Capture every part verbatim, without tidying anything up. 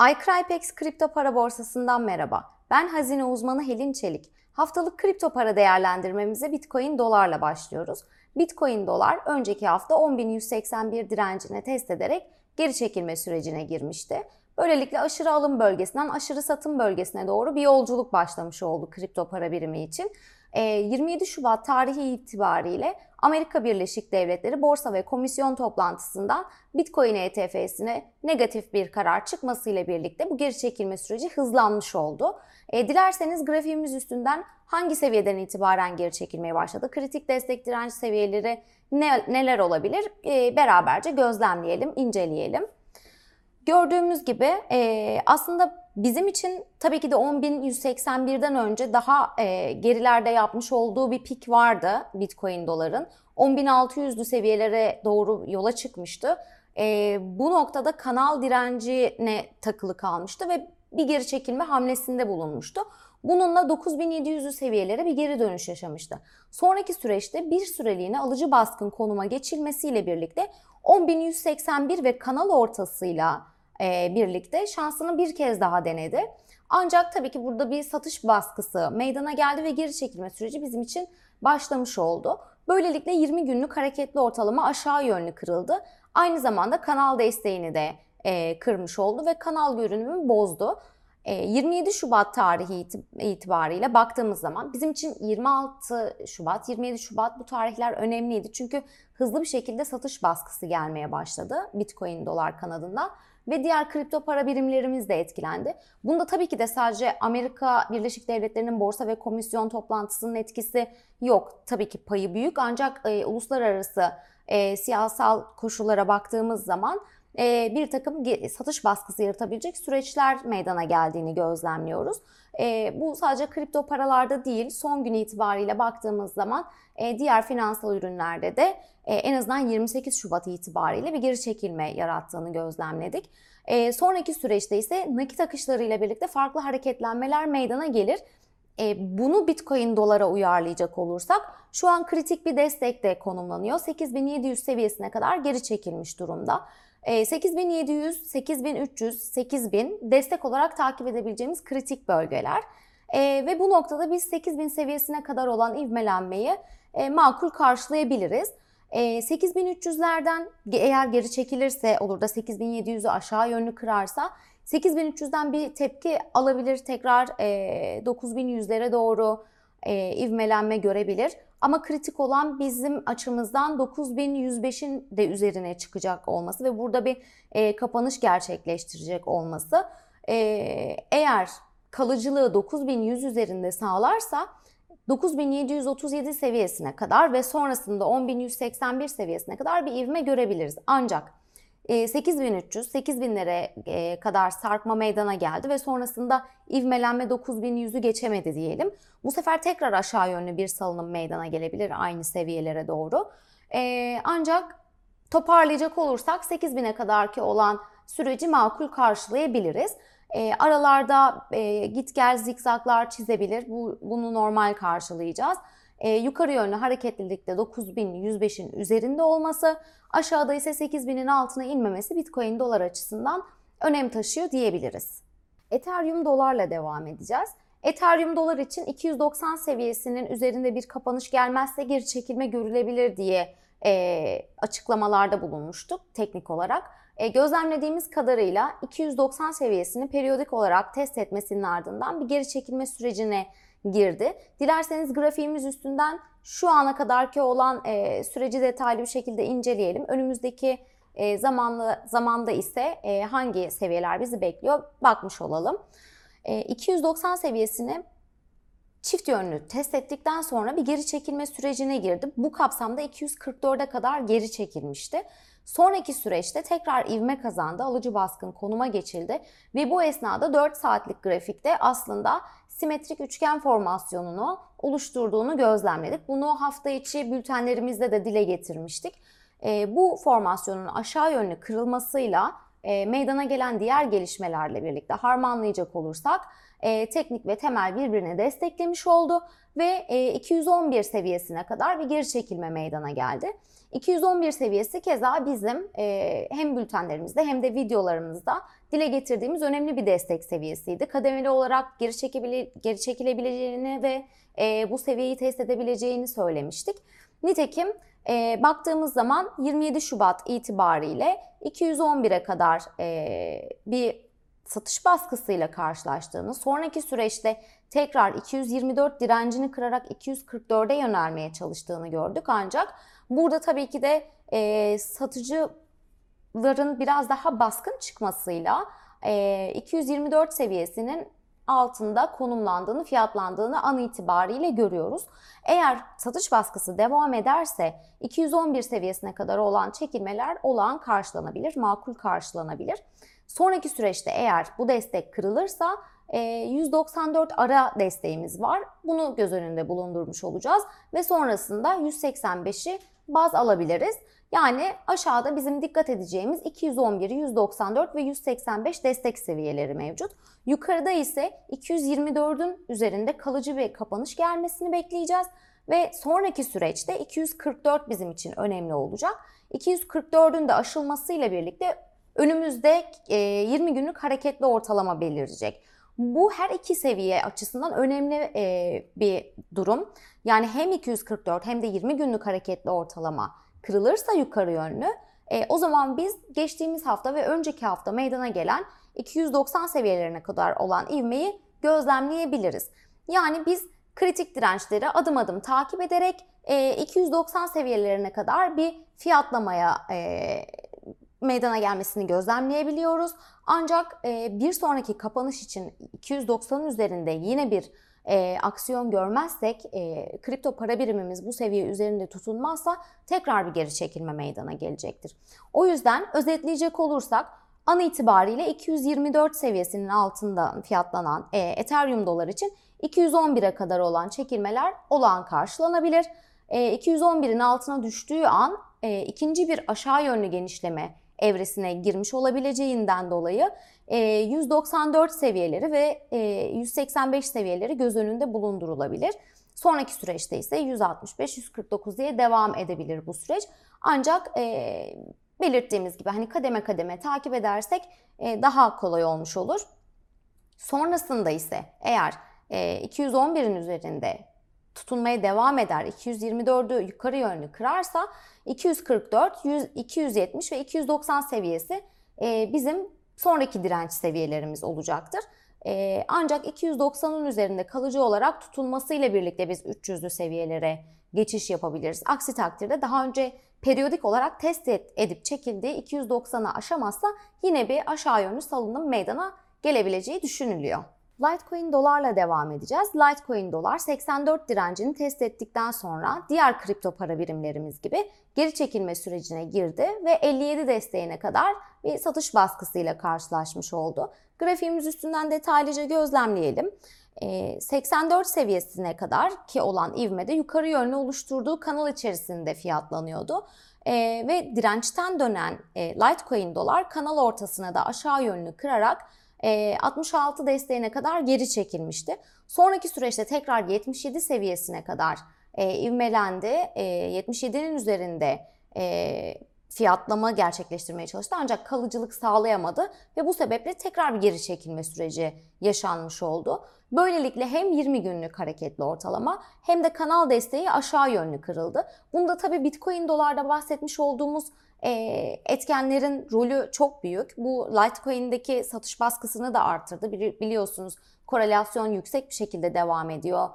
iCrypex kripto para borsasından merhaba. Ben hazine uzmanı Helin Çelik. Haftalık kripto para değerlendirmemize Bitcoin dolarla başlıyoruz. Bitcoin dolar önceki hafta on bin yüz seksen bir direncini test ederek geri çekilme sürecine girmişti. Böylelikle aşırı alım bölgesinden aşırı satım bölgesine doğru bir yolculuk başlamış oldu kripto para birimi için. yirmi yedi Şubat tarihi itibariyle Amerika Birleşik Devletleri Borsa ve Komisyon toplantısından Bitcoin E T F'sine negatif bir karar çıkmasıyla birlikte bu geri çekilme süreci hızlanmış oldu. E, dilerseniz grafiğimiz üstünden hangi seviyeden itibaren geri çekilmeye başladı, kritik destek direnç seviyeleri ne, neler olabilir e, beraberce gözlemleyelim, inceleyelim. Gördüğümüz gibi e, aslında bizim için tabii ki de on bin yüz seksen birden önce daha e, gerilerde yapmış olduğu bir pik vardı Bitcoin doların. on bin altı yüzlü seviyelere doğru yola çıkmıştı. E, bu noktada kanal direncine takılı kalmıştı ve bir geri çekilme hamlesinde bulunmuştu. Bununla dokuz bin yedi yüzlü seviyelere bir geri dönüş yaşamıştı. Sonraki süreçte bir süreliğine alıcı baskın konuma geçilmesiyle birlikte on bin yüz seksen bir ve kanal ortasıyla e, birlikte şansını bir kez daha denedi. Ancak tabii ki burada bir satış baskısı meydana geldi ve geri çekilme süreci bizim için başlamış oldu. Böylelikle yirmi günlük hareketli ortalama aşağı yönlü kırıldı. Aynı zamanda kanal desteğini de e, kırmış oldu ve kanal görünümü bozdu. yirmi yedi Şubat tarihi itibariyle baktığımız zaman bizim için yirmi altı Şubat, yirmi yedi Şubat bu tarihler önemliydi. Çünkü hızlı bir şekilde satış baskısı gelmeye başladı Bitcoin dolar kanadında ve diğer kripto para birimlerimiz de etkilendi. Bunda tabii ki de sadece Amerika Birleşik Devletleri'nin borsa ve komisyon toplantısının etkisi yok. Tabii ki payı büyük ancak e, uluslararası e, siyasal koşullara baktığımız zaman bir takım satış baskısı yaratabilecek süreçler meydana geldiğini gözlemliyoruz. Bu sadece kripto paralarda değil, son gün itibariyle baktığımız zaman diğer finansal ürünlerde de en azından yirmi sekiz Şubat itibariyle bir geri çekilme yarattığını gözlemledik. Sonraki süreçte ise nakit akışlarıyla birlikte farklı hareketlenmeler meydana gelir. Bunu Bitcoin dolara uyarlayacak olursak şu an kritik bir destekte konumlanıyor. sekiz bin yedi yüz seviyesine kadar geri çekilmiş durumda. sekiz bin yedi yüz, sekiz bin üç yüz, sekiz bin destek olarak takip edebileceğimiz kritik bölgeler. E, ve bu noktada biz sekiz bin seviyesine kadar olan ivmelenmeyi e, makul karşılayabiliriz. E, sekiz bin üç yüzlerden eğer geri çekilirse olur da sekiz bin yedi yüzü aşağı yönlü kırarsa sekiz bin üç yüzden bir tepki alabilir, tekrar e, dokuz bin yüzlere doğru e, ivmelenme görebilir. Ama kritik olan bizim açımızdan dokuz bin yüz beşin de üzerine çıkacak olması ve burada bir e, kapanış gerçekleştirecek olması. E, eğer kalıcılığı dokuz bin yüz üzerinde sağlarsa dokuz bin yedi yüz otuz yedi seviyesine kadar ve sonrasında on bin yüz seksen bir seviyesine kadar bir ivme görebiliriz. Ancak sekiz bin üç yüz, sekiz binlere kadar sarkma meydana geldi ve sonrasında ivmelenme dokuz bin yüzü geçemedi diyelim. Bu sefer tekrar aşağı yönlü bir salınım meydana gelebilir aynı seviyelere doğru. Ancak toparlayacak olursak sekiz bine kadarki olan süreci makul karşılayabiliriz. Aralarda git gel zikzaklar çizebilir. Bu, bunu normal karşılayacağız. E, yukarı yönlü hareketlilikte dokuz bin yüz beşin üzerinde olması, aşağıda ise sekiz binin altına inmemesi Bitcoin dolar açısından önem taşıyor diyebiliriz. Ethereum dolarla devam edeceğiz. Ethereum dolar için iki yüz doksan seviyesinin üzerinde bir kapanış gelmezse geri çekilme görülebilir diye e, açıklamalarda bulunmuştuk teknik olarak. E, gözlemlediğimiz kadarıyla iki yüz doksan seviyesini periyodik olarak test etmesinin ardından bir geri çekilme sürecine girdi. Dilerseniz grafiğimiz üstünden şu ana kadarki olan e, süreci detaylı bir şekilde inceleyelim. Önümüzdeki e, zamanlı zamanda ise e, hangi seviyeler bizi bekliyor bakmış olalım. E, iki yüz doksan seviyesini çift yönlü test ettikten sonra bir geri çekilme sürecine girdi. Bu kapsamda iki yüz kırk dörde kadar geri çekilmişti. Sonraki süreçte tekrar ivme kazandı, alıcı baskın konuma geçildi ve bu esnada dört saatlik grafikte aslında simetrik üçgen formasyonunu oluşturduğunu gözlemledik. Bunu hafta içi bültenlerimizde de dile getirmiştik. E, bu formasyonun aşağı yönlü kırılmasıyla e, meydana gelen diğer gelişmelerle birlikte harmanlayacak olursak e, teknik ve temel birbirini desteklemiş oldu ve e, iki yüz on bir seviyesine kadar bir geri çekilme meydana geldi. iki yüz on bir seviyesi keza bizim e, hem bültenlerimizde hem de videolarımızda dile getirdiğimiz önemli bir destek seviyesiydi. Kademeli olarak geri, çekebile, geri çekilebileceğini ve e, bu seviyeyi test edebileceğini söylemiştik. Nitekim e, baktığımız zaman yirmi yedi Şubat itibariyle iki yüz on bire kadar e, bir satış baskısıyla karşılaştığını, sonraki süreçte tekrar iki yüz yirmi dört direncini kırarak iki yüz kırk dörde yönelmeye çalıştığını gördük. Ancak burada tabii ki de e, satıcıların biraz daha baskın çıkmasıyla e, iki yüz yirmi dört seviyesinin altında konumlandığını, fiyatlandığını an itibariyle görüyoruz. Eğer satış baskısı devam ederse iki yüz on bir seviyesine kadar olan çekilmeler olağan karşılanabilir, makul karşılanabilir. Sonraki süreçte eğer bu destek kırılırsa yüz doksan dört ara desteğimiz var. Bunu göz önünde bulundurmuş olacağız ve sonrasında yüz seksen beşi baz alabiliriz. Yani aşağıda bizim dikkat edeceğimiz iki yüz on bir, yüz doksan dört ve yüz seksen beş destek seviyeleri mevcut. Yukarıda ise iki yüz yirmi dördün üzerinde kalıcı bir kapanış gelmesini bekleyeceğiz ve sonraki süreçte iki yüz kırk dört bizim için önemli olacak. iki yüz kırk dördün de aşılmasıyla birlikte önümüzde yirmi günlük hareketli ortalama belirecek. Bu her iki seviye açısından önemli bir durum. Yani hem iki yüz kırk dört hem de yirmi günlük hareketli ortalama kırılırsa yukarı yönlü, o zaman biz geçtiğimiz hafta ve önceki hafta meydana gelen iki yüz doksan seviyelerine kadar olan ivmeyi gözlemleyebiliriz. Yani biz kritik dirençleri adım adım takip ederek iki yüz doksan seviyelerine kadar bir fiyatlamaya meydana gelmesini gözlemleyebiliyoruz. Ancak bir sonraki kapanış için iki yüz doksanın üzerinde yine bir e, aksiyon görmezsek, e, kripto para birimimiz bu seviye üzerinde tutunmazsa tekrar bir geri çekilme meydana gelecektir. O yüzden özetleyecek olursak an itibariyle iki yüz yirmi dört seviyesinin altında fiyatlanan e, Ethereum dolar için iki yüz on bire kadar olan çekilmeler olağan karşılanabilir. E, iki yüz on birin altına düştüğü an e, ikinci bir aşağı yönlü genişleme evresine girmiş olabileceğinden dolayı yüz doksan dört seviyeleri ve yüz seksen beş seviyeleri göz önünde bulundurulabilir. Sonraki süreçte ise yüz altmış beş yüz kırk dokuz diye devam edebilir bu süreç. Ancak belirttiğimiz gibi hani kademe kademe takip edersek daha kolay olmuş olur. Sonrasında ise eğer iki yüz on birin üzerinde tutunmaya devam eder, iki yüz yirmi dördü yukarı yönlü kırarsa iki yüz kırk dört, yüz, iki yüz yetmiş ve iki yüz doksan seviyesi e, bizim sonraki direnç seviyelerimiz olacaktır. E, ancak iki yüz doksanın üzerinde kalıcı olarak tutunmasıyla birlikte biz üç yüzlü seviyelere geçiş yapabiliriz. Aksi takdirde daha önce periyodik olarak test edip çekildiği iki yüz doksanı aşamazsa yine bir aşağı yönlü salınım meydana gelebileceği düşünülüyor. Litecoin dolarla devam edeceğiz. Litecoin dolar seksen dört direncini test ettikten sonra diğer kripto para birimlerimiz gibi geri çekilme sürecine girdi ve elli yedi desteğine kadar bir satış baskısıyla karşılaşmış oldu. Grafiğimiz üstünden detaylıca gözlemleyelim. seksen dört seviyesine kadar ki olan ivmede yukarı yönlü oluşturduğu kanal içerisinde fiyatlanıyordu. Ve dirençten dönen Litecoin dolar kanal ortasına da aşağı yönlü kırarak altmış altı desteğine kadar geri çekilmişti. Sonraki süreçte tekrar yetmiş yedi seviyesine kadar e, ivmelendi. E, yetmiş yedinin üzerinde e, fiyatlama gerçekleştirmeye çalıştı ancak kalıcılık sağlayamadı ve bu sebeple tekrar bir geri çekilme süreci yaşanmış oldu. Böylelikle hem yirmi günlük hareketli ortalama hem de kanal desteği aşağı yönlü kırıldı. Bunda tabii Bitcoin dolarda bahsetmiş olduğumuz etkenlerin rolü çok büyük. Bu Litecoin'deki satış baskısını da arttırdı. Biliyorsunuz korelasyon yüksek bir şekilde devam ediyor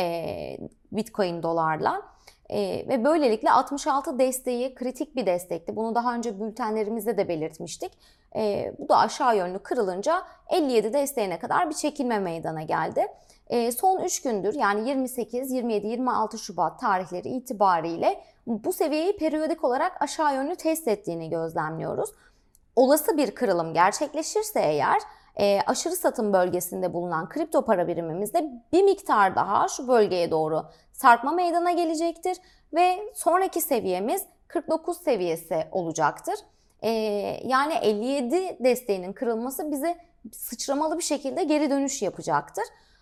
Bitcoin dolarla. Ve böylelikle altmış altı desteği kritik bir destekti. Bunu daha önce bültenlerimizde de belirtmiştik. Bu da aşağı yönlü kırılınca elli yedi desteğine kadar bir çekilme meydana geldi. Son üç gündür yani yirmi sekiz, yirmi yedi, yirmi altı Şubat tarihleri itibariyle bu seviyeyi periyodik olarak aşağı yönlü test ettiğini gözlemliyoruz. Olası bir kırılım gerçekleşirse eğer e, aşırı satım bölgesinde bulunan kripto para birimimizde bir miktar daha şu bölgeye doğru sarkma meydana gelecektir ve sonraki seviyemiz kırk dokuz seviyesi olacaktır. E, yani elli yedi desteğinin kırılması bize sıçramalı bir şekilde geri dönüş yapacaktır.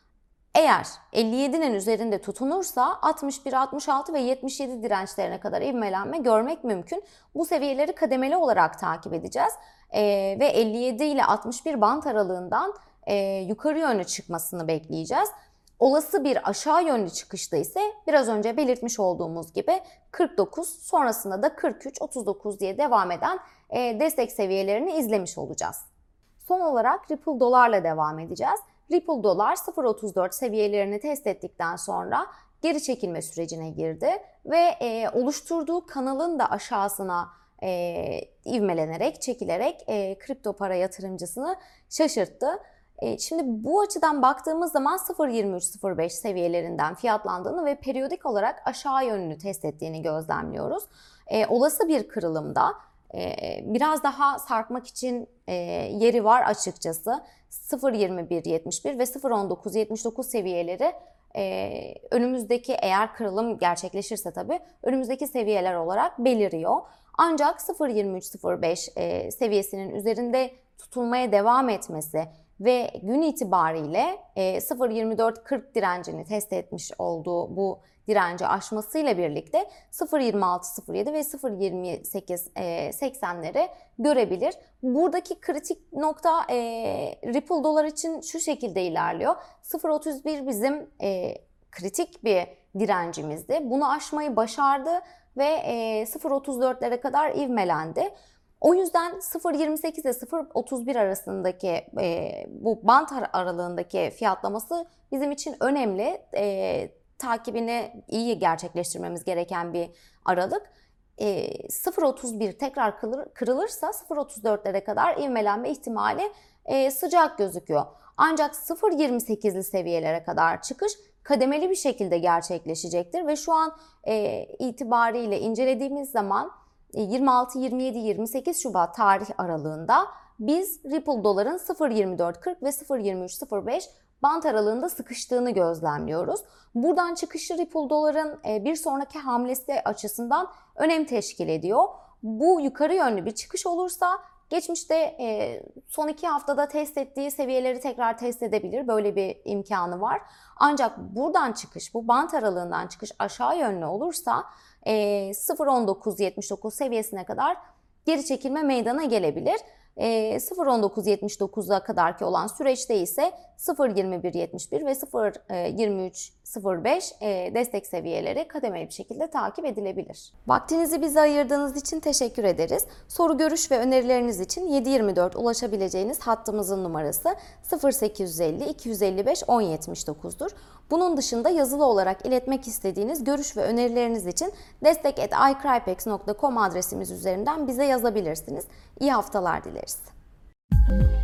Eğer elli yedinin üzerinde tutunursa altmış bir, altmış altı ve yetmiş yedi dirençlerine kadar ivmelenme görmek mümkün. Bu seviyeleri kademeli olarak takip edeceğiz ee, ve elli yedi ile altmış bir bant aralığından e, yukarı yönlü çıkmasını bekleyeceğiz. Olası bir aşağı yönlü çıkışta ise biraz önce belirtmiş olduğumuz gibi kırk dokuz, sonrasında da kırk üç, otuz dokuz diye devam eden e, destek seviyelerini izlemiş olacağız. Son olarak Ripple dolarla devam edeceğiz. Ripple dolar sıfır virgül otuz dört seviyelerini test ettikten sonra geri çekilme sürecine girdi ve e, oluşturduğu kanalın da aşağısına e, ivmelenerek, çekilerek e, kripto para yatırımcısını şaşırttı. E, şimdi bu açıdan baktığımız zaman sıfır virgül yirmi üç sıfır beş seviyelerinden fiyatlandığını ve periyodik olarak aşağı yönlü test ettiğini gözlemliyoruz. E, olası bir kırılımda e, biraz daha sarkmak için e, yeri var açıkçası. sıfır virgül yirmi bir yetmiş bir ve sıfır virgül on dokuz yetmiş dokuz seviyeleri e, önümüzdeki, eğer kırılım gerçekleşirse tabii, önümüzdeki seviyeler olarak beliriyor. Ancak sıfır virgül yirmi üç sıfır beş e, seviyesinin üzerinde tutulmaya devam etmesi ve gün itibariyle sıfır virgül yirmi dört kırk direncini test etmiş olduğu bu direnci aşmasıyla birlikte sıfır virgül yirmi altı sıfır yedi ve sıfır virgül yirmi sekiz seksenleri görebilir. Buradaki kritik nokta e, Ripple dolar için şu şekilde ilerliyor. sıfır virgül otuz bir bizim e, kritik bir direncimizdi. Bunu aşmayı başardı ve e, sıfır virgül otuz dörtlere kadar ivmelendi. O yüzden sıfır virgül yirmi sekiz ile sıfır virgül otuz bir arasındaki e, bu bant aralığındaki fiyatlaması bizim için önemli. E, takibini iyi gerçekleştirmemiz gereken bir aralık. E, sıfır virgül otuz bir tekrar kırılırsa sıfır virgül otuz dörtlere kadar ivmelenme ihtimali e, sıcak gözüküyor. Ancak sıfır virgül yirmi sekizli seviyelere kadar çıkış kademeli bir şekilde gerçekleşecektir ve şu an e, itibariyle incelediğimiz zaman yirmi altı, yirmi yedi, yirmi sekiz Şubat tarih aralığında biz Ripple doların sıfır virgül yirmi dört kırk ve sıfır virgül yirmi üç sıfır beş bant aralığında sıkıştığını gözlemliyoruz. Buradan çıkışı Ripple doların bir sonraki hamlesi açısından önem teşkil ediyor. Bu yukarı yönlü bir çıkış olursa geçmişte son iki haftada test ettiği seviyeleri tekrar test edebilir. Böyle bir imkanı var. Ancak buradan çıkış, bu bant aralığından çıkış aşağı yönlü olursa sıfır virgül on dokuz yetmiş dokuz seviyesine kadar geri çekilme meydana gelebilir. sıfır virgül on dokuz yetmiş dokuza kadarki olan süreçte ise sıfır virgül yirmi bir yetmiş bir ve sıfır virgül yirmi üç sıfır beş destek seviyeleri kademeli bir şekilde takip edilebilir. Vaktinizi bize ayırdığınız için teşekkür ederiz. Soru, görüş ve önerileriniz için yedi yirmi dört ulaşabileceğiniz hattımızın numarası sıfır sekiz yüz elli iki yüz elli beş on yetmiş dokuz'dur. Bunun dışında yazılı olarak iletmek istediğiniz görüş ve önerileriniz için destek at i crypex nokta com adresimiz üzerinden bize yazabilirsiniz. İyi haftalar dileriz.